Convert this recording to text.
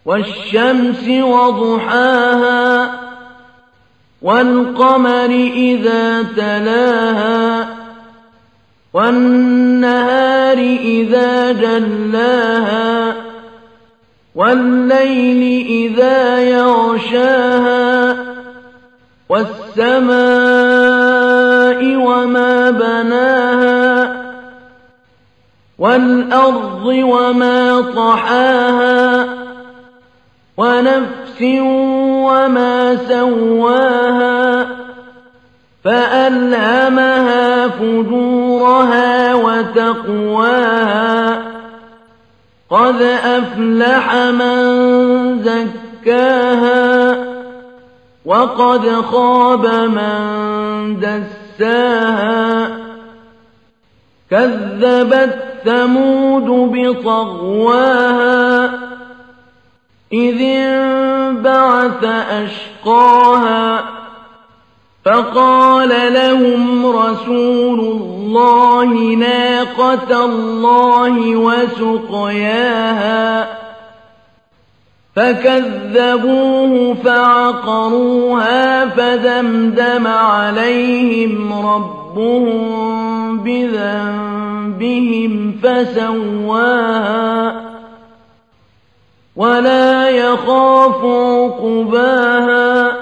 والشمس وضحاها والقمر إذا تلاها والنهار إذا جلاها والليل إذا يغشاها والسماء وما بناها والأرض وما طحاها ونفس وما سواها فألهمها فجورها وتقواها قد أفلح من زكاها وقد خاب من دساها كذبت ثمود بطغواها إذ انبعث أشقاها فقال لهم رسول الله ناقة الله وسقياها فكذبوه فعقروها فدمدم عليهم ربهم بذنبهم فسواها ولا يخاف عقباها